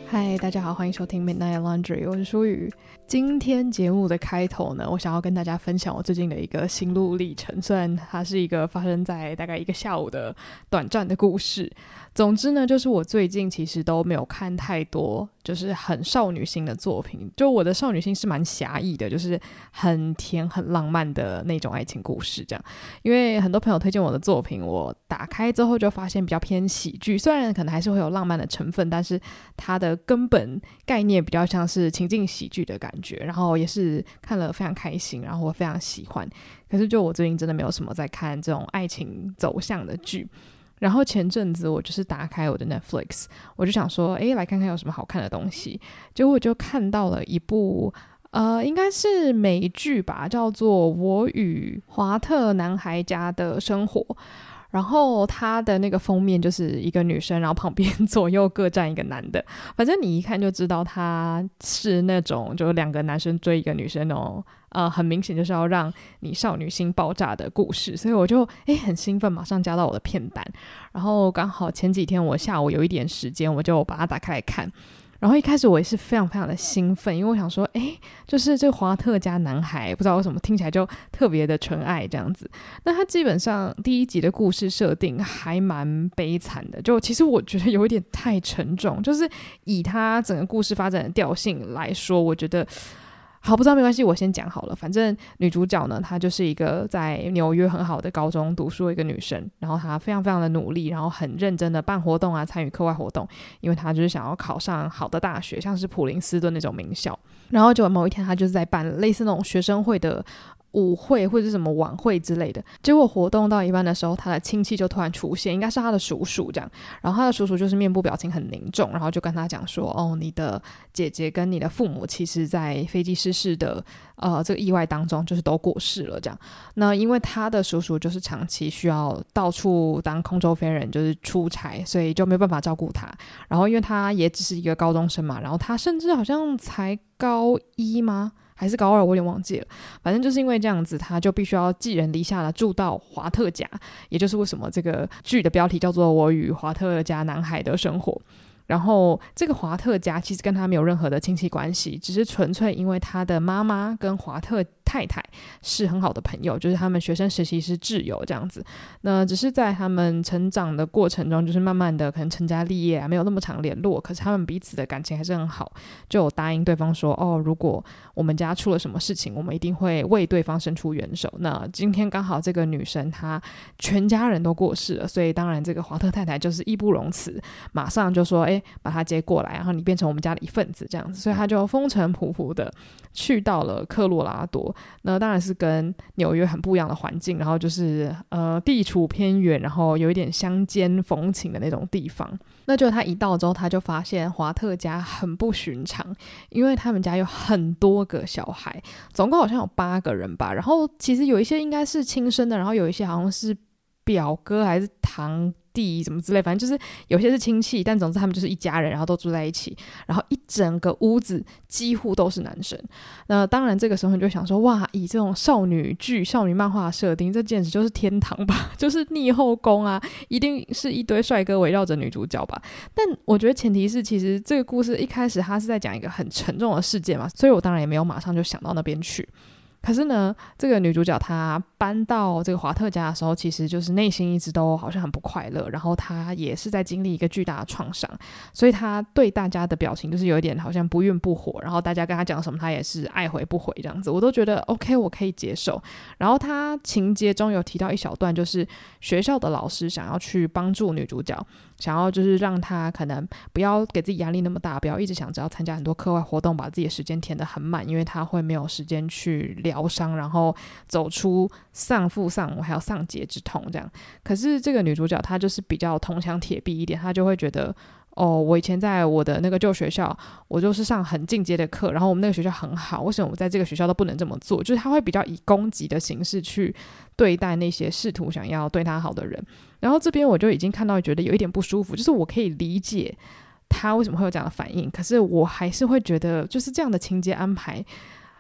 嗨，大家好，欢迎收听 Midnight Laundry， 我是舒雨。今天节目的开头呢，我想要跟大家分享我最近的一个心路历程，虽然它是一个发生在大概一个下午的短暂的故事。总之呢，就是我最近其实都没有看太多就是很少女心的作品，就我的少女心是蛮狭义的，就是很甜很浪漫的那种爱情故事这样。因为很多朋友推荐我的作品，我打开之后就发现比较偏喜剧，虽然可能还是会有浪漫的成分，但是它的根本概念比较像是情境喜剧的感觉，然后也是看了非常开心，然后我非常喜欢。可是就我最近真的没有什么在看这种爱情走向的剧。然后前阵子我就是打开我的 Netflix， 我就想说来看看有什么好看的东西，结果我就看到了一部应该是美剧吧，叫做《我与华特男孩家的生活》。然后他的那个封面就是一个女生，然后旁边左右各站一个男的，反正你一看就知道他是那种就两个男生追一个女生哦，很明显就是要让你少女心爆炸的故事，所以我就很兴奋，马上加到我的片单。然后刚好前几天我下午有一点时间，我就把它打开来看。然后一开始我也是非常非常的兴奋，因为我想说就是这个华特家男孩不知道为什么听起来就特别的纯爱这样子。那他基本上第一集的故事设定还蛮悲惨的，就其实我觉得有一点太沉重，就是以他整个故事发展的调性来说，我觉得好，不知道没关系，我先讲好了。反正女主角呢，她就是一个在纽约很好的高中读书的一个女生，然后她非常非常的努力，然后很认真的办活动啊，参与课外活动，因为她就是想要考上好的大学，像是普林斯顿那种名校。然后就某一天她就是在办类似那种学生会的舞会或者是什么晚会之类的，结果活动到一半的时候，他的亲戚就突然出现，应该是他的叔叔这样。然后他的叔叔就是面部表情很凝重，然后就跟他讲说你的姐姐跟你的父母其实在飞机失事的这个意外当中就是都过世了这样。那因为他的叔叔就是长期需要到处当空中飞人，就是出差，所以就没有办法照顾他。然后因为他也只是一个高中生嘛，然后他甚至好像才高一吗还是高二，我有点忘记了。反正就是因为这样子，他就必须要寄人篱下的住到华特家，也就是为什么这个剧的标题叫做《我与华特家男孩的生活》。然后这个华特家其实跟他没有任何的亲戚关系，只是纯粹因为他的妈妈跟华特太太是很好的朋友，就是他们学生时期是挚友这样子。那只是在他们成长的过程中，就是慢慢的可能成家立业啊，没有那么常联络，可是他们彼此的感情还是很好，就有答应对方说如果我们家出了什么事情，我们一定会为对方伸出援手。那今天刚好这个女生她全家人都过世了，所以当然这个华特太太就是义不容辞，马上就说把她接过来，然后你变成我们家的一份子这样子。所以她就风尘仆仆的去到了科罗拉多，那当然是跟纽约很不一样的环境，然后就是地处偏远，然后有一点乡间风情的那种地方。那就他一到之后，他就发现华特家很不寻常，因为他们家有很多个小孩，总共好像有8个人吧。然后其实有一些应该是亲生的，然后有一些好像是表哥还是堂弟什么之类，反正就是有些是亲戚，但总之他们就是一家人，然后都住在一起，然后一整个屋子几乎都是男生。那当然这个时候你就想说，哇，以这种少女剧少女漫画的设定，这简直就是天堂吧，就是逆后宫啊，一定是一堆帅哥围绕着女主角吧。但我觉得前提是其实这个故事一开始他是在讲一个很沉重的事件嘛，所以我当然也没有马上就想到那边去。可是呢，这个女主角她搬到这个华特家的时候，其实就是内心一直都好像很不快乐，然后她也是在经历一个巨大的创伤，所以她对大家的表情就是有一点好像不愠不火，然后大家跟她讲什么她也是爱回不回这样子，我都觉得 OK 我可以接受。然后她情节中有提到一小段，就是学校的老师想要去帮助女主角，想要就是让她可能不要给自己压力那么大，不要一直想着要参加很多课外活动，把自己的时间填得很满，因为她会没有时间去疗伤，然后走出丧父丧母还有丧节之痛这样。可是这个女主角她就是比较铜墙铁壁一点，她就会觉得我以前在我的那个旧学校，我就是上很进阶的课，然后我们那个学校很好，为什么我在这个学校都不能这么做？就是她会比较以攻击的形式去对待那些试图想要对她好的人。然后这边我就已经看到觉得有一点不舒服，就是我可以理解她为什么会有这样的反应，可是我还是会觉得就是这样的情节安排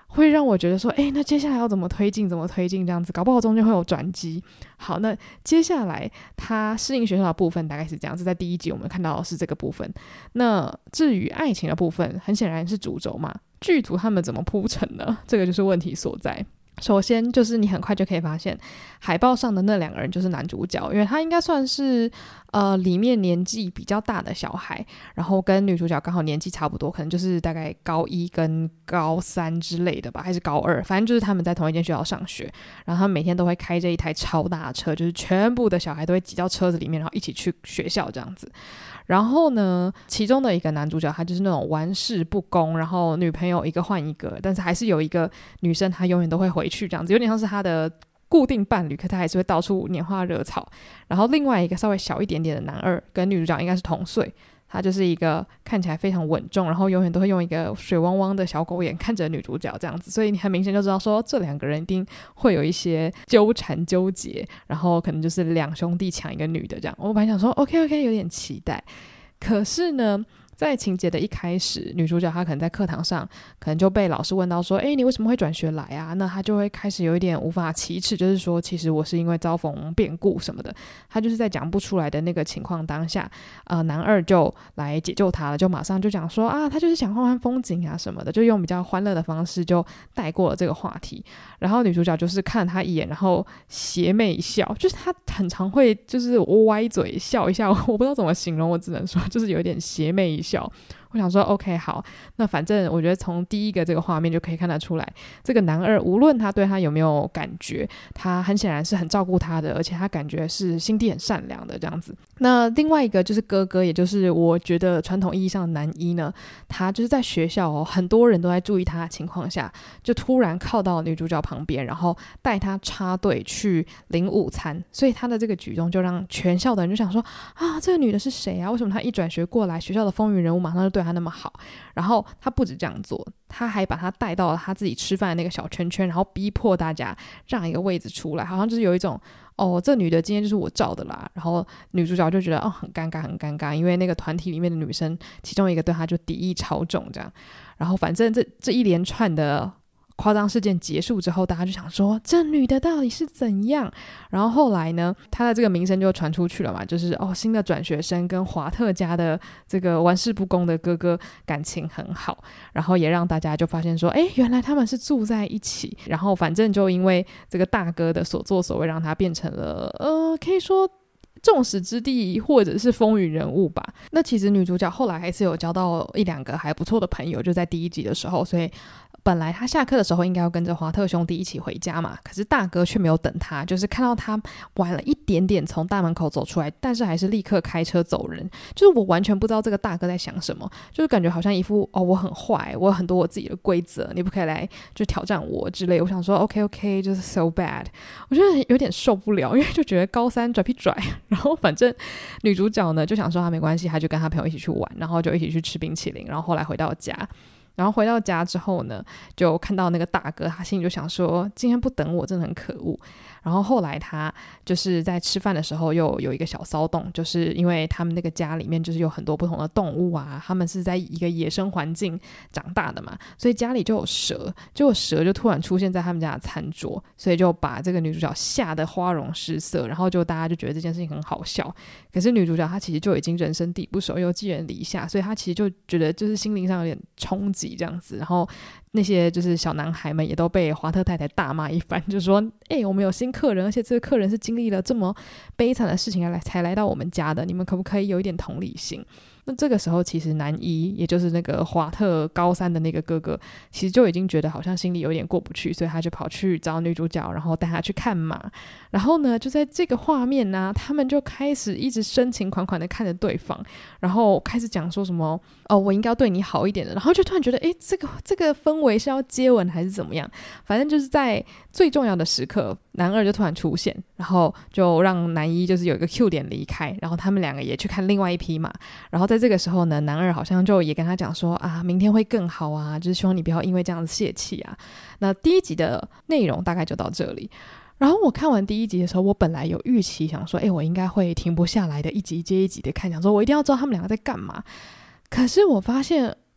会让我觉得说那接下来要怎么推进这样子，搞不好中间会有转机。好，那接下来他适应学校的部分大概是这样子，在第一集我们看到的是这个部分。那至于爱情的部分，很显然是主轴嘛，剧组他们怎么铺陈呢？这个就是问题所在。首先就是你很快就可以发现海报上的那2个人就是男主角，因为他应该算是里面年纪比较大的小孩，然后跟女主角刚好年纪差不多，可能就是大概高1跟高3之类的吧，还是高2，反正就是他们在同一间学校上学，然后他们每天都会开着一台超大的车，就是全部的小孩都会挤到车子里面，然后一起去学校这样子。然后呢，其中的一个男主角他就是那种玩世不恭，然后女朋友一个换一个，但是还是有一个女生他永远都会回去这样子，有点像是他的固定伴侣，可他还是会到处拈花惹草。然后另外一个稍微小一点点的男二跟女主角应该是同岁，他就是一个看起来非常稳重，然后永远都会用一个水汪汪的小狗眼看着女主角这样子，所以你很明显就知道说这2个人一定会有一些纠缠纠结，然后可能就是2兄弟抢一个女的这样。我本来想说 OK 有点期待，可是呢在情节的一开始，女主角她可能在课堂上可能就被老师问到说你为什么会转学来啊？那她就会开始有一点无法启齿，就是说其实我是因为遭逢变故什么的。她就是在讲不出来的那个情况当下，男二就来解救她了，就马上就讲说她就是想换换风景啊什么的，就用比较欢乐的方式就带过了这个话题。然后女主角就是看了她一眼，然后邪魅一笑，就是她很常会就是歪嘴笑一下，我不知道怎么形容，我只能说就是有点邪魅一笑。我想说 OK 好，那反正我觉得从第一个这个画面就可以看得出来，这个男二无论他对他有没有感觉，他很显然是很照顾他的，而且他感觉是心地很善良的这样子。那另外一个就是哥哥，也就是我觉得传统意义上的男一呢，他就是在学校很多人都在注意他的情况下，就突然靠到女主角旁边，然后带他插队去领午餐，所以他的这个举动就让全校的人就想说这个女的是谁啊？为什么她一转学过来，学校的风云人物马上就对她那么好？然后他不止这样做，他还把他带到了他自己吃饭的那个小圈圈，然后逼迫大家让一个位置出来，好像就是有一种这女的今天就是我照的啦。然后女主角就觉得很尴尬，因为那个团体里面的女生其中一个对她就敌意超重这样。然后反正这一连串的夸张事件结束之后，大家就想说这女的到底是怎样。然后后来呢，她的这个名声就传出去了嘛，就是新的转学生跟华特家的这个玩世不恭的哥哥感情很好，然后也让大家就发现说原来他们是住在一起。然后反正就因为这个大哥的所作所为，让他变成了可以说众矢之的或者是风云人物吧。那其实女主角后来还是有交到1-2个还不错的朋友，就在第一集的时候，所以本来他下课的时候应该要跟着华特兄弟一起回家嘛，可是大哥却没有等他，就是看到他晚了一点点从大门口走出来，但是还是立刻开车走人。就是我完全不知道这个大哥在想什么，就是感觉好像一副我很坏，我有很多我自己的规则，你不可以来就挑战我之类。我想说 OK 就是 so bad， 我觉得有点受不了，因为就觉得高3拽屁拽。然后反正女主角呢就想说没关系，她就跟她朋友一起去玩，然后就一起去吃冰淇淋，然后后来回到家。然后回到家之后呢，就看到那个大哥，他心里就想说今天不等我真的很可恶。然后后来他就是在吃饭的时候又有一个小骚动，就是因为他们那个家里面就是有很多不同的动物啊，他们是在一个野生环境长大的嘛，所以家里就有蛇，结果蛇就突然出现在他们家的餐桌，所以就把这个女主角吓得花容失色，然后就大家就觉得这件事情很好笑。可是女主角她其实就已经人生地不熟又寄人篱下，所以她其实就觉得就是心灵上有点冲击这样子。然后那些就是小男孩们也都被华特太太大骂一番，就说我们有新客人，而且这个客人是经历了这么悲惨的事情才来到我们家的，你们可不可以有一点同理心？那这个时候其实男一也就是那个华特高3的那个哥哥其实就已经觉得好像心里有点过不去，所以他就跑去找女主角，然后带她去看马。然后呢就在这个画面呢，他们就开始一直深情款款的看着对方，然后开始讲说什么我应该要对你好一点的，然后就突然觉得这个氛围是要接吻还是怎么样。反正就是在最重要的时刻，男二就突然出现，然后就让男一就是有一个 Q 点离开，然后他们2个也去看另外一匹马。然后在这个时候呢，男二好像就也跟他讲说明天会更好啊，就是希望你不要因为这样子泄气啊。那第一集的内容大概就到这里。然后我看完第一集的时候，我本来有预期想说我应该会停不下来的一集接一集的看，想说我一定要知道他们2个在干嘛。可是我发现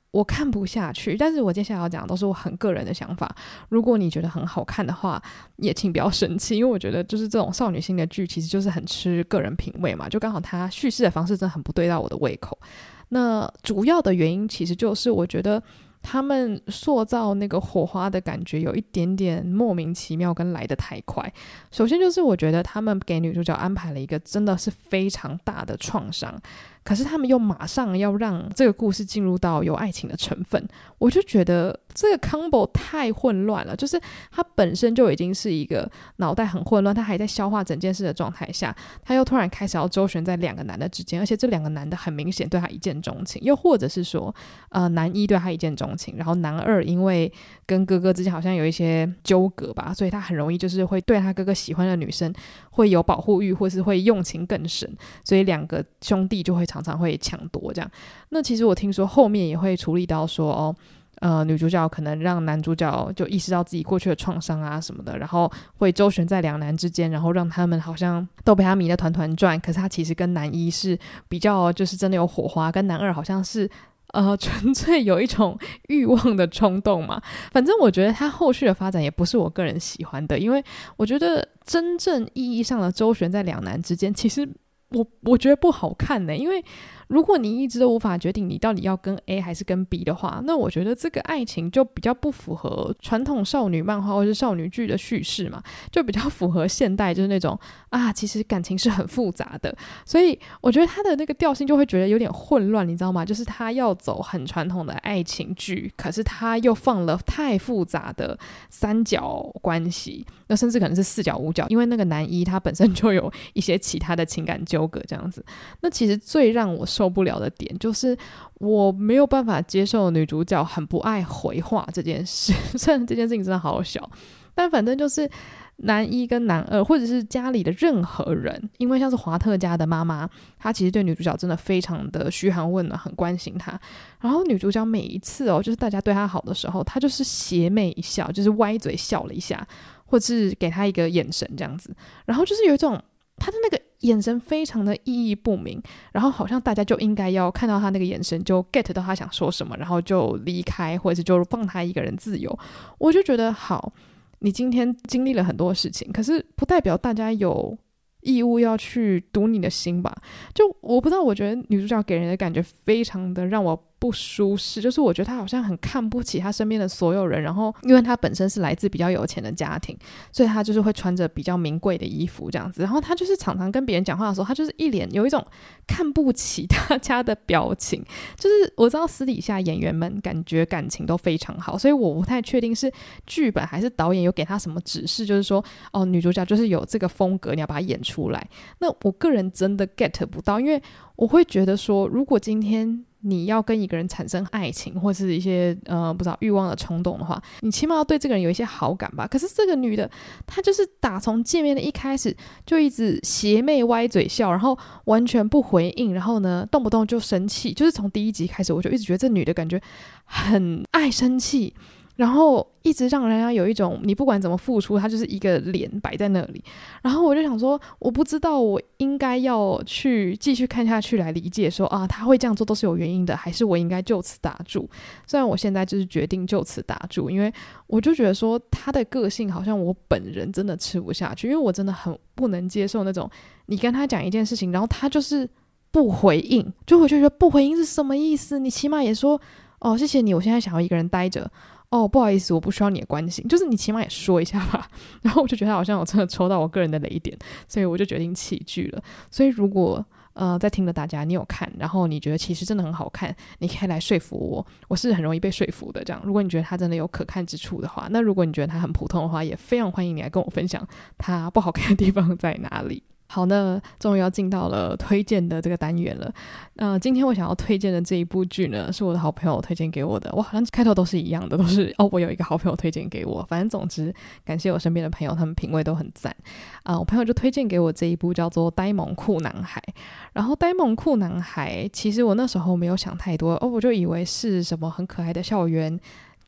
我看不下去。但是我接下来要讲的都是我很个人的想法，如果你觉得很好看的话也请不要生气，因为我觉得就是这种少女心的剧其实就是很吃个人品味嘛，就刚好它叙事的方式真的很不对到我的胃口。那主要的原因其实就是我觉得他们塑造那个火花的感觉有一点点莫名其妙跟来得太快。首先就是我觉得他们给女主角安排了一个真的是非常大的创伤，可是他们又马上要让这个故事进入到有爱情的成分，我就觉得这个 combo 太混乱了。就是他本身就已经是一个脑袋很混乱，他还在消化整件事的状态下，他又突然开始要周旋在两个男的之间，而且这两个男的很明显对他一见钟情，又或者是说男一对他一见钟情，然后男二因为跟哥哥之间好像有一些纠葛吧，所以他很容易就是会对他哥哥喜欢的女生会有保护欲，或是会用情更深，所以两个兄弟就会常常会抢夺这样。那其实我听说后面也会处理到说女主角可能让男主角就意识到自己过去的创伤啊什么的，然后会周旋在两男之间，然后让他们好像都被他迷得团团转，可是他其实跟男一是比较就是真的有火花，跟男二好像是纯粹有一种欲望的冲动嘛。反正我觉得他后续的发展也不是我个人喜欢的，因为我觉得真正意义上的周旋在两男之间其实我觉得不好看呢。因为如果你一直都无法决定你到底要跟 A 还是跟 B 的话，那我觉得这个爱情就比较不符合传统少女漫画或是少女剧的叙事嘛，就比较符合现代就是那种其实感情是很复杂的。所以我觉得他的那个调性就会觉得有点混乱，你知道吗？就是他要走很传统的爱情剧，可是他又放了太复杂的三角关系，那甚至可能是四角五角，因为那个男一他本身就有一些其他的情感纠葛这样子。那其实最让我受不了的点就是我没有办法接受女主角很不爱回话这件事虽然这件事情真的好小，但反正就是男一跟男二或者是家里的任何人，因为像是华特家的妈妈，她其实对女主角真的非常的嘘寒问暖，很关心她。然后女主角每一次就是大家对她好的时候，她就是邪魅一笑，就是歪嘴笑了一下，或是给她一个眼神这样子，然后就是有一种她的那个眼神非常的意义不明，然后好像大家就应该要看到他那个眼神就 get 到他想说什么，然后就离开，或者是就放他一个人自由。我就觉得好，你今天经历了很多事情，可是不代表大家有义务要去读你的心吧。就我不知道，我觉得女主角给人的感觉非常的让我不舒适，就是我觉得她好像很看不起她身边的所有人，然后因为她本身是来自比较有钱的家庭，所以她就是会穿着比较名贵的衣服这样子，然后她就是常常跟别人讲话的时候，她就是一脸有一种看不起大家的表情。就是我知道私底下演员们感觉感情都非常好，所以我不太确定是剧本还是导演有给她什么指示，就是说女主角就是有这个风格，你要把它演出来。那我个人真的 get 不到，因为我会觉得说，如果今天你要跟一个人产生爱情或是一些不知道欲望的冲动的话，你起码要对这个人有一些好感吧。可是这个女的她就是打从见面的一开始就一直邪魅歪嘴笑，然后完全不回应，然后呢动不动就生气，就是从第一集开始我就一直觉得这女的感觉很爱生气，然后一直让人家有一种你不管怎么付出，他就是一个脸摆在那里。然后我就想说，我不知道我应该要去继续看下去来理解说他会这样做都是有原因的，还是我应该就此打住。虽然我现在就是决定就此打住，因为我就觉得说他的个性好像我本人真的吃不下去，因为我真的很不能接受那种你跟他讲一件事情，然后他就是不回应，就我就觉得不回应是什么意思？你起码也说谢谢你，我现在想要一个人待着，不好意思，我不需要你的关心，就是你起码也说一下吧。然后我就觉得好像我真的抽到我个人的雷点，所以我就决定弃剧了。所以如果在听的大家你有看，然后你觉得其实真的很好看，你可以来说服我，我是很容易被说服的这样。如果你觉得它真的有可看之处的话，那如果你觉得它很普通的话，也非常欢迎你来跟我分享它不好看的地方在哪里。好，那终于要进到了推荐的这个单元了。今天我想要推荐的这一部剧呢，是我的好朋友推荐给我的。我好像开头都是一样的，都是我有一个好朋友推荐给我。反正总之，感谢我身边的朋友，他们品味都很赞。我朋友就推荐给我这一部叫做《呆萌酷男孩》。然后《呆萌酷男孩》其实我那时候没有想太多，我就以为是什么很可爱的校园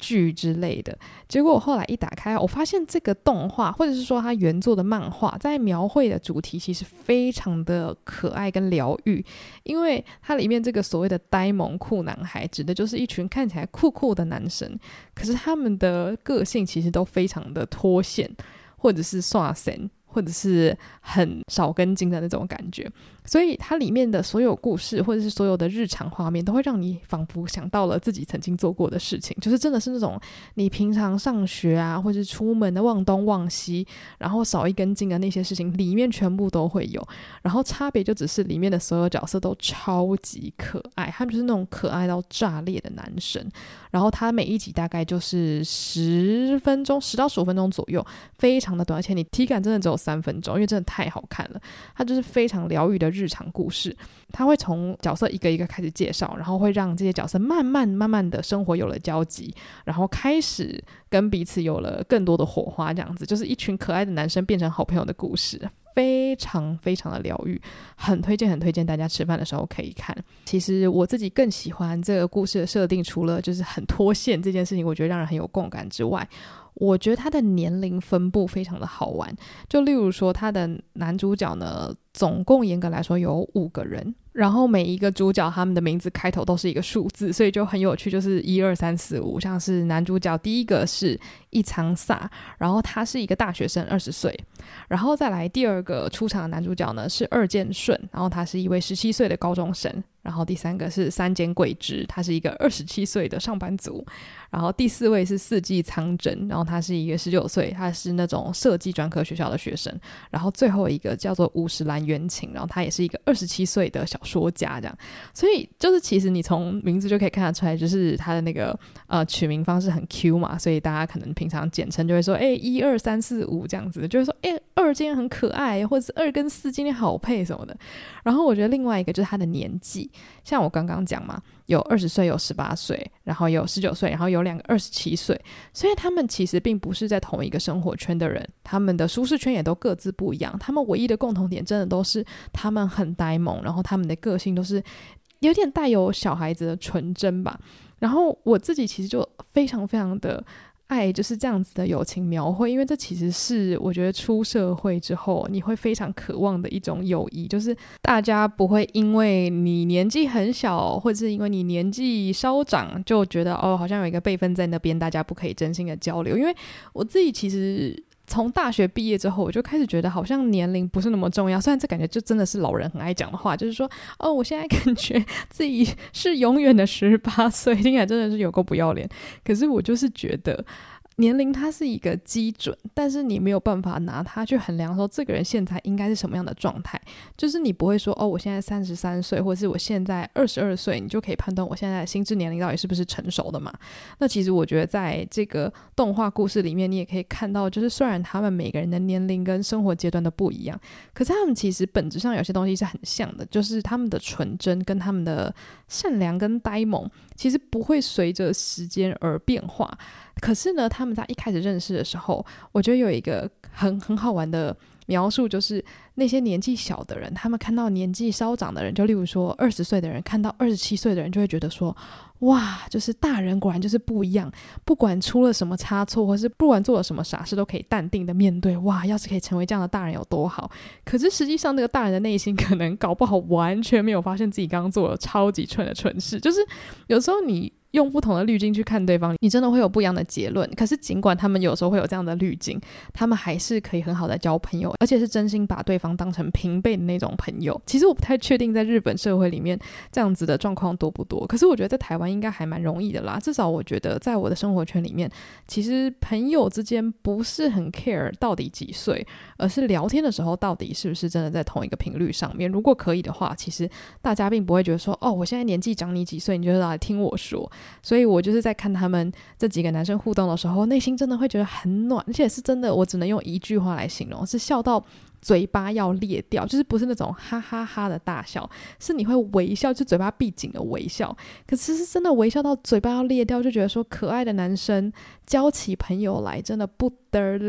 剧之类的。结果我后来一打开，我发现这个动画或者是说它原作的漫画在描绘的主题其实非常的可爱跟疗愈，因为它里面这个所谓的呆萌酷男孩指的就是一群看起来酷酷的男生，可是他们的个性其实都非常的脱线，或者是刷神，或者是很少根筋的那种感觉。所以它里面的所有故事或者是所有的日常画面都会让你仿佛想到了自己曾经做过的事情，就是真的是那种你平常上学啊或是出门的忘东忘西，然后少一根筋的那些事情里面全部都会有。然后差别就只是里面的所有角色都超级可爱，他们就是那种可爱到炸裂的男生。然后他每一集大概就是10到15分钟左右，非常的短，而且你体感真的只有3分钟，因为真的太好看了。它就是非常疗愈的日常故事，他会从角色一个一个开始介绍，然后会让这些角色慢慢的生活有了交集，然后开始跟彼此有了更多的火花，这样子就是一群可爱的男生变成好朋友的故事，非常非常的疗愈，很推荐大家吃饭的时候可以看。其实我自己更喜欢这个故事的设定，除了就是很脱线这件事情我觉得让人很有共感之外，我觉得他的年龄分布非常的好玩。就例如说他的男主角呢，总共严格来说有5个人，然后每一个主角他们的名字开头都是一个数字，所以就很有趣，就是1 2 3 4 5。像是男主角第一个是一仓萨，然后他是一个大学生，20岁。然后再来第二个出场的男主角呢是二剑顺，然后他是一位17岁的高中生。然后第3个是三间贵之，他是一个27岁的上班族。然后第4位是四季仓真，然后他是一个19岁，他是那种设计专科学校的学生。然后最后一个叫做五十岚元晴，然后他也是一个27岁的小说家这样。所以就是其实你从名字就可以看得出来，就是他的那个取名方式很 Q 嘛，所以大家可能平常简称就会说1 2 3 4 5这样子，就会说2今天很可爱，或者是2跟4今天好配什么的。然后我觉得另外一个就是他的年纪，像我刚刚讲嘛，有20岁，有18岁，然后有19岁，然后有2个27岁，所以他们其实并不是在同一个生活圈的人，他们的舒适圈也都各自不一样，他们唯一的共同点真的都是他们很呆萌，然后他们的个性都是有点带有小孩子的纯真吧。然后我自己其实就非常非常的爱就是这样子的友情描绘，因为这其实是我觉得出社会之后你会非常渴望的一种友谊，就是大家不会因为你年纪很小或者是因为你年纪稍长就觉得好像有一个辈分在那边，大家不可以真心的交流。因为我自己其实从大学毕业之后，我就开始觉得好像年龄不是那么重要，虽然这感觉就真的是老人很爱讲的话，就是说我现在感觉自己是永远的18岁，听起来真的是有够不要脸。可是我就是觉得年龄它是一个基准，但是你没有办法拿它去衡量说这个人现在应该是什么样的状态，就是你不会说我现在33岁或者是我现在22岁，你就可以判断我现在的心智年龄到底是不是成熟的嘛。那其实我觉得在这个动画故事里面你也可以看到，就是虽然他们每个人的年龄跟生活阶段都不一样，可是他们其实本质上有些东西是很像的，就是他们的纯真跟他们的善良跟呆萌其实不会随着时间而变化。可是呢，他们在一开始认识的时候，我觉得有一个很好玩的描述，就是那些年纪小的人，他们看到年纪稍长的人，就例如说20岁的人看到27岁的人，就会觉得说哇，就是大人果然就是不一样，不管出了什么差错或是不管做了什么傻事都可以淡定的面对，哇，要是可以成为这样的大人有多好。可是实际上那个大人的内心可能搞不好完全没有发现自己刚刚做了超级蠢的蠢事，就是有时候你用不同的滤镜去看对方，你真的会有不一样的结论。可是尽管他们有时候会有这样的滤镜，他们还是可以很好的交朋友，而且是真心把对方当成平辈的那种朋友。其实我不太确定在日本社会里面这样子的状况多不多，可是我觉得在台湾应该还蛮容易的啦。至少我觉得在我的生活圈里面，其实朋友之间不是很 care 到底几岁，而是聊天的时候到底是不是真的在同一个频率上面。如果可以的话，其实大家并不会觉得说我现在年纪长你几岁，你就来听我说。所以我就是在看他们这几个男生互动的时候，内心真的会觉得很暖，而且是真的，我只能用一句话来形容，是笑到嘴巴要裂掉，就是不是那种哈哈哈的大笑，是你会微笑，就嘴巴闭紧的微笑。可是是真的微笑到嘴巴要裂掉，就觉得说可爱的男生交起朋友来真的不得了。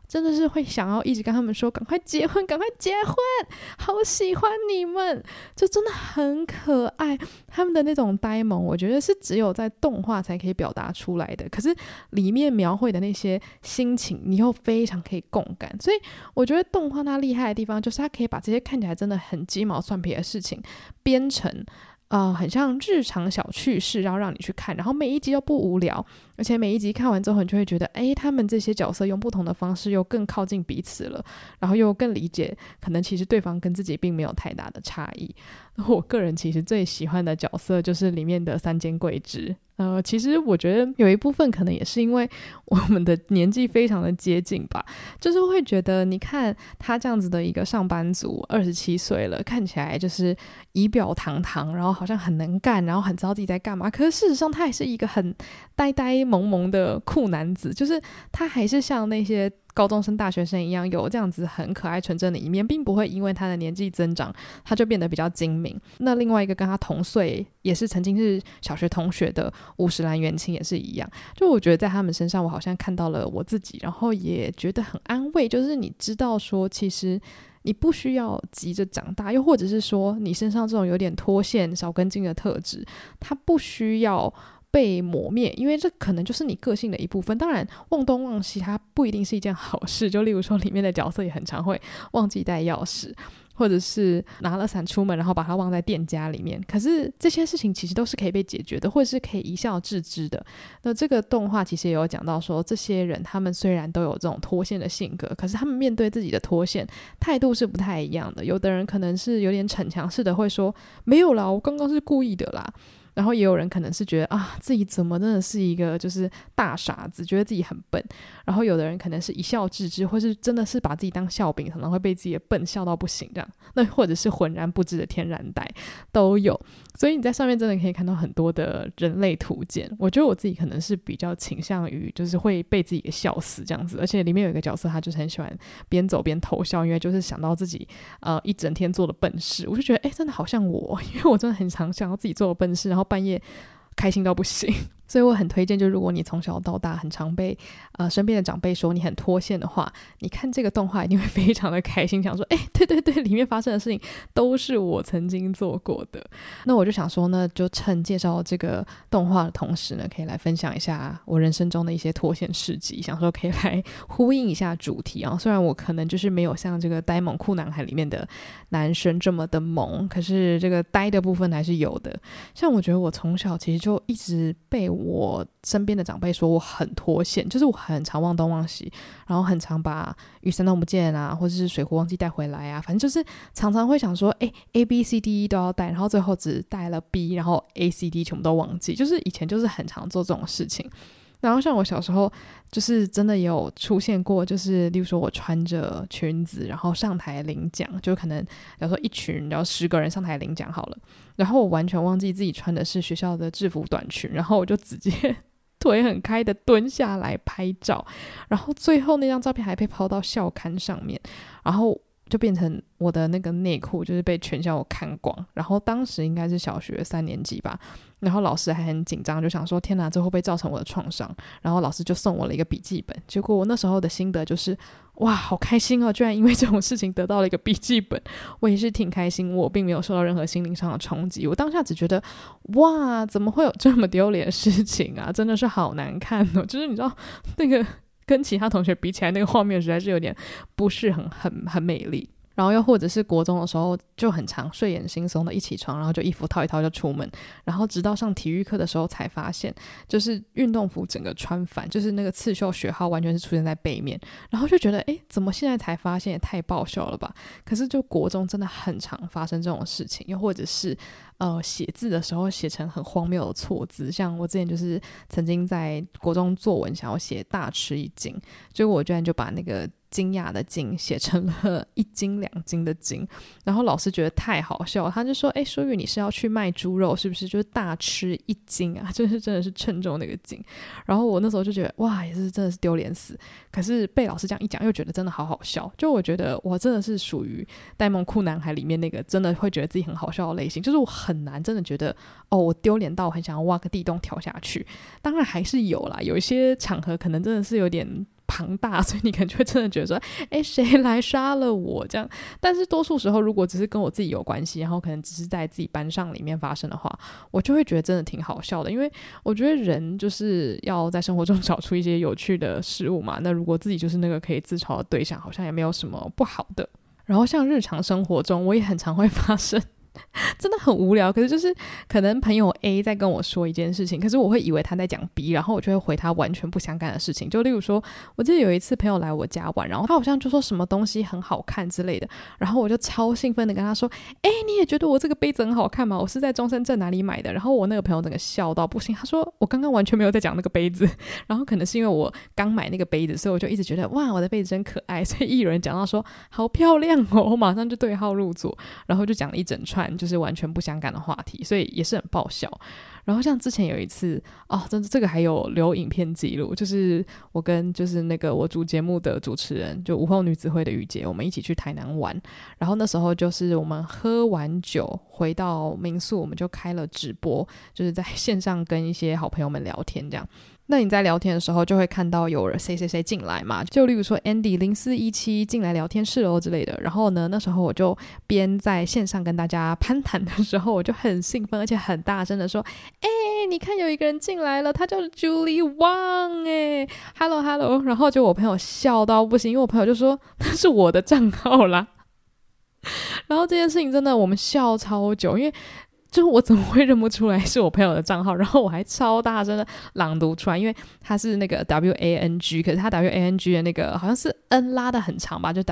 真的是会想要一直跟他们说赶快结婚赶快结婚，好喜欢你们，就真的很可爱。他们的那种呆萌我觉得是只有在动画才可以表达出来的，可是里面描绘的那些心情你又非常可以共感。所以我觉得动画它厉害的地方就是它可以把这些看起来真的很鸡毛蒜皮的事情编成很像日常小趣事，然后让你去看，然后每一集都不无聊，而且每一集看完之后你就会觉得他们这些角色用不同的方式又更靠近彼此了，然后又更理解可能其实对方跟自己并没有太大的差异。我个人其实最喜欢的角色就是里面的三间贵之。其实我觉得有一部分可能也是因为我们的年纪非常的接近吧，就是会觉得你看他这样子的一个上班族27岁了，看起来就是仪表堂堂，然后好像很能干，然后很知道自己在干嘛，可是事实上他也是一个很呆呆萌萌的酷男子，就是他还是像那些高中生大学生一样有这样子很可爱纯真的一面，并不会因为他的年纪增长他就变得比较精明。那另外一个跟他同岁也是曾经是小学同学的五十岚元清也是一样，就我觉得在他们身上我好像看到了我自己，然后也觉得很安慰，就是你知道说其实你不需要急着长大，又或者是说你身上这种有点脱线少根筋的特质它不需要被磨灭，因为这可能就是你个性的一部分。当然忘东忘西它不一定是一件好事，就例如说里面的角色也很常会忘记带钥匙，或者是拿了伞出门然后把它忘在店家里面，可是这些事情其实都是可以被解决的，或者是可以一笑置之的。那这个动画其实也有讲到说，这些人他们虽然都有这种脱线的性格，可是他们面对自己的脱线态度是不太一样的。有的人可能是有点逞强式的会说没有啦，我刚刚是故意的啦，然后也有人可能是觉得自己怎么真的是一个就是大傻子，觉得自己很笨，然后有的人可能是一笑置之，或是真的是把自己当笑柄，可能会被自己的笨笑到不行这样，那或者是浑然不知的天然呆都有。所以你在上面真的可以看到很多的人类图鉴。我觉得我自己可能是比较倾向于就是会被自己给笑死这样子，而且里面有一个角色他就是很喜欢边走边偷笑，因为就是想到自己一整天做的笨事，我就觉得真的好像我，因为我真的很常想到自己做的笨事，然后半夜开心到不行。所以我很推荐，就如果你从小到大很常被身边的长辈说你很脱线的话，你看这个动画一定会非常的开心，想说对对对，里面发生的事情都是我曾经做过的。那我就想说呢，就趁介绍这个动画的同时呢，可以来分享一下我人生中的一些脱线事迹，想说可以来呼应一下主题啊。虽然我可能就是没有像这个呆萌酷男孩里面的男生这么的萌，可是这个呆的部分还是有的。像我觉得我从小其实就一直被我身边的长辈说我很脱线，就是我很常忘东忘西，然后很常把雨伞弄不见啊，或者是水壶忘记带回来啊，反正就是常常会想说ABCDE 都要带，然后最后只带了 B， 然后 ACD 全部都忘记，就是以前就是很常做这种事情。然后像我小时候就是真的也有出现过，就是例如说我穿着裙子然后上台领奖，就可能比如说一群然后10个人上台领奖好了，然后我完全忘记自己穿的是学校的制服短裙，然后我就直接腿很开的蹲下来拍照，然后最后那张照片还被抛到校刊上面，然后就变成我的那个内裤就是被全校看光。然后当时应该是小学3年级吧，然后老师还很紧张，就想说天哪，这会不会造成我的创伤，然后老师就送我了一个笔记本。结果我那时候的心得就是哇好开心哦，居然因为这种事情得到了一个笔记本。我也是挺开心，我并没有受到任何心灵上的冲击，我当下只觉得哇怎么会有这么丢脸的事情啊，真的是好难看哦，就是你知道那个跟其他同学比起来，那个画面实在是有点不是很美丽。然后又或者是国中的时候就很常睡眼惺忪的一起床，然后就衣服套一套就出门，然后直到上体育课的时候才发现，就是运动服整个穿反，就是那个刺绣学号完全是出现在背面，然后就觉得怎么现在才发现，也太爆笑了吧。可是就国中真的很常发生这种事情，又或者是写字的时候写成很荒谬的错字，像我之前就是曾经在国中作文想要写大吃一惊，结果我居然就把那个惊讶的惊写成了1斤2斤的斤，然后老师觉得太好笑，他就说淑玉你是要去卖猪肉是不是，就是大吃1斤啊，就是真的是称重那个斤。然后我那时候就觉得哇也是真的是丢脸死，可是被老师这样一讲又觉得真的好好笑，就我觉得我真的是属于呆萌酷男孩里面那个真的会觉得自己很好笑的类型，就是我很难真的觉得我丢脸到我很想要挖个地洞跳下去。当然还是有啦，有一些场合可能真的是有点庞大，所以你可能就会真的觉得说谁来杀了我这样。但是多数时候如果只是跟我自己有关系，然后可能只是在自己班上里面发生的话，我就会觉得真的挺好笑的。因为我觉得人就是要在生活中找出一些有趣的事物嘛，那如果自己就是那个可以自嘲的对象，好像也没有什么不好的。然后像日常生活中我也很常会发生真的很无聊，可是就是可能朋友 A 在跟我说一件事情，可是我会以为他在讲 B， 然后我就会回他完全不相干的事情。就例如说我记得有一次朋友来我家玩，然后他好像就说什么东西很好看之类的，然后我就超兴奋的跟他说你也觉得我这个杯子很好看吗？我是在中山站哪里买的。然后我那个朋友整个笑到不行，他说我刚刚完全没有在讲那个杯子，然后可能是因为我刚买那个杯子，所以我就一直觉得哇我的杯子真可爱，所以一有人讲到说好漂亮哦，我马上就对号入座，然后就讲了一整串就是完全不相干的话题，所以也是很爆笑。然后像之前有一次真的这个还有留影片记录，就是我跟就是那个我主节目的主持人就午后女子会的雨洁，我们一起去台南玩，然后那时候就是我们喝完酒回到民宿，我们就开了直播，就是在线上跟一些好朋友们聊天这样。那你在聊天的时候就会看到有谁谁谁进来嘛，就例如说 Andy 0417进来聊天室哦之类的。然后呢那时候我就边在线上跟大家攀谈的时候，我就很兴奋而且很大声的说你看有一个人进来了，他叫 Julie Wang Hello Hello。 然后就我朋友笑到不行，因为我朋友就说那是我的账号啦然后这件事情真的我们笑超久，因为就是我怎么会认不出来是我朋友的账号，然后我还超大声的朗读出来，因为他是那个 WANG， 可是他 WANG 的那个好像是 N 拉的很长吧，就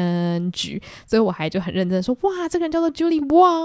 WANG， 所以我还就很认真的说哇这个人叫做 Julie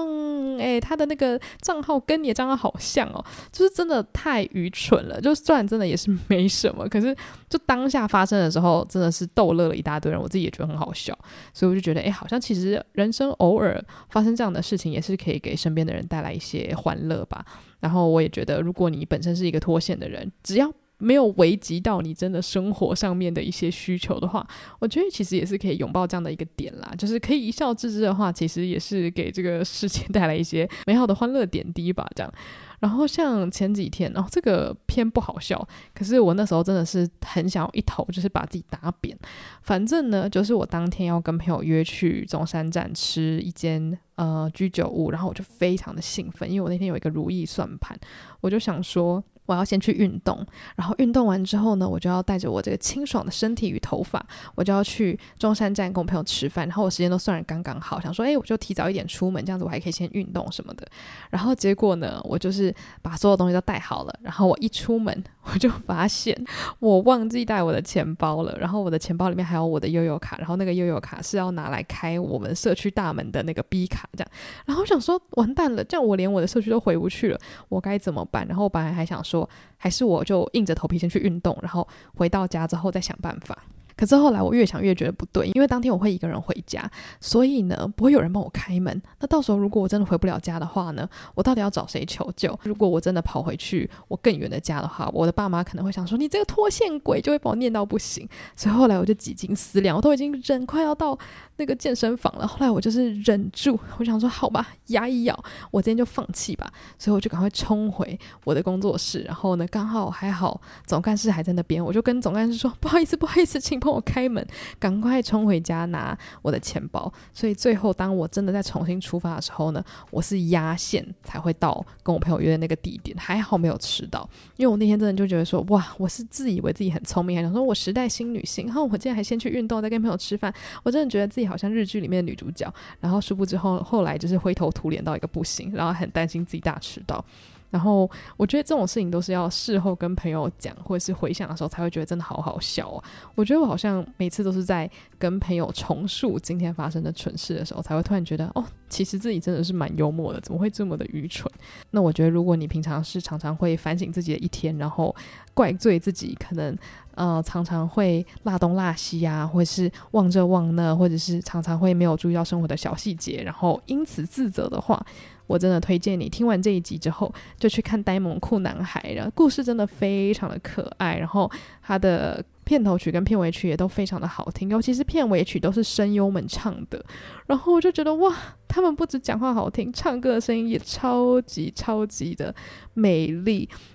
Wang他的那个账号跟你的账号好像哦，就是真的太愚蠢了。就虽然真的也是没什么，可是就当下发生的时候真的是逗乐了一大堆人，我自己也觉得很好笑，所以我就觉得好像其实人生偶尔发生这样的事情也是可以给身边的人带来一些欢乐吧。然后我也觉得如果你本身是一个脱线的人，只要没有危及到你真的生活上面的一些需求的话，我觉得其实也是可以拥抱这样的一个点啦，就是可以一笑置之的话，其实也是给这个世界带来一些美好的欢乐点滴吧这样。然后像前几天这个偏不好笑，可是我那时候真的是很想要一头就是把自己打扁。反正呢就是我当天要跟朋友约去中山站吃一间居酒屋，然后我就非常的兴奋，因为我那天有一个如意算盘，我就想说我要先去运动，然后运动完之后呢，我就要带着我这个清爽的身体与头发，我就要去中山站跟我朋友吃饭，然后我时间都算得刚刚好，想说我就提早一点出门，这样子我还可以先运动什么的。然后结果呢我就是把所有东西都带好了，然后我一出门我就发现我忘记带我的钱包了，然后我的钱包里面还有我的悠游卡，然后那个悠游卡是要拿来开我们社区大门的那个 B 卡这样。然后我想说完蛋了，这样我连我的社区都回不去了，我该怎么办？然后我本来还想说还是我就硬着头皮先去运动，然后回到家之后再想办法。可是后来我越想越觉得不对，因为当天我会一个人回家，所以呢不会有人帮我开门，那到时候如果我真的回不了家的话呢，我到底要找谁求救？如果我真的跑回去我更远的家的话，我的爸妈可能会想说你这个脱线鬼，就会把我念到不行。所以后来我就几经思量，我都已经人快要到那个健身房了，后来我就是忍住，我想说好吧，牙一咬我今天就放弃吧，所以我就赶快冲回我的工作室，然后呢刚好还好总干事还在那边，我就跟总干事说不好意思请帮我开门，赶快冲回家拿我的钱包。所以最后当我真的再重新出发的时候呢，我是压线才会到跟我朋友约的那个地点，还好没有迟到。因为我那天真的就觉得说哇，我是自以为自己很聪明，还想说我时代新女性，然后我今天还先去运动再跟朋友吃饭，我真的觉得自己好像日剧里面的女主角，然后殊不知后来就是灰头土脸到一个不行，然后很担心自己大迟到。然后我觉得这种事情都是要事后跟朋友讲或者是回想的时候才会觉得真的好好笑啊。我觉得我好像每次都是在跟朋友重述今天发生的蠢事的时候才会突然觉得其实自己真的是蛮幽默的，怎么会这么的愚蠢。那我觉得如果你平常是常常会反省自己的一天，然后怪罪自己可能常常会落东落西啊，或者是忘这忘那，或者是常常会没有注意到生活的小细节，然后因此自责的话，我真的推荐你听完这一集之后就去看呆萌酷男孩了。故事真的非常的可爱，然后他的片头曲跟片尾曲也都非常的好听，尤其是片尾曲都是声优们唱的，然后我就觉得哇，他们不止讲话好听，唱歌的声音也超级超级的美丽。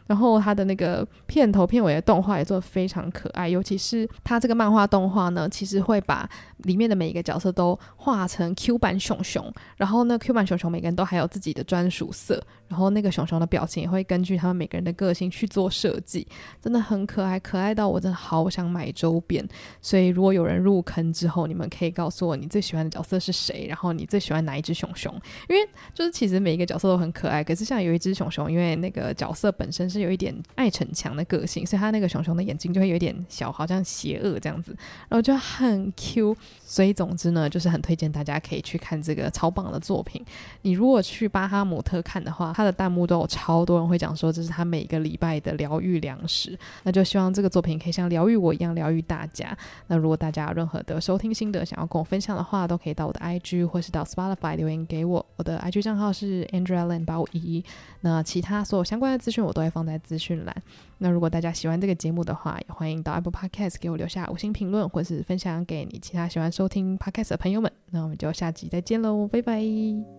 然后它的那个片头片尾的动画也做得非常可爱，尤其是它这个漫画动画呢，其实会把里面的每一个角色都画成 Q 版熊熊，然后呢 Q 版熊熊每个人都还有自己的专属色，然后那个熊熊的表情也会根据他们每个人的个性去做设计，真的很可爱，可爱到我真的好想买周边。所以如果有人入坑之后，你们可以告诉我你最喜欢的角色是谁，然后你最喜欢哪一只熊熊，因为就是其实每一个角色都很可爱，可是像有一只熊熊，因为那个角色本身是有一点爱逞强的个性，所以他那个熊熊的眼睛就会有一点小，好像邪恶这样子，然后就很 Q。 所以总之呢，就是很推荐大家可以去看这个超棒的作品。你如果去巴哈姆特看的话，他的弹幕都有超多人会讲说这是他每个礼拜的疗愈粮食，那就希望这个作品可以像疗愈我一样疗愈大家。那如果大家有任何的收听心得想要跟我分享的话，都可以到我的 IG 或是到 Spotify 留言给我，我的 IG 账号是 AndreaLand8511，那其他所有相关的资讯我都会放在资讯栏。那如果大家喜欢这个节目的话，也欢迎到 Apple Podcast 给我留下5星评论，或是分享给你其他喜欢收听 Podcast 的朋友们。那我们就下集再见咯，拜拜。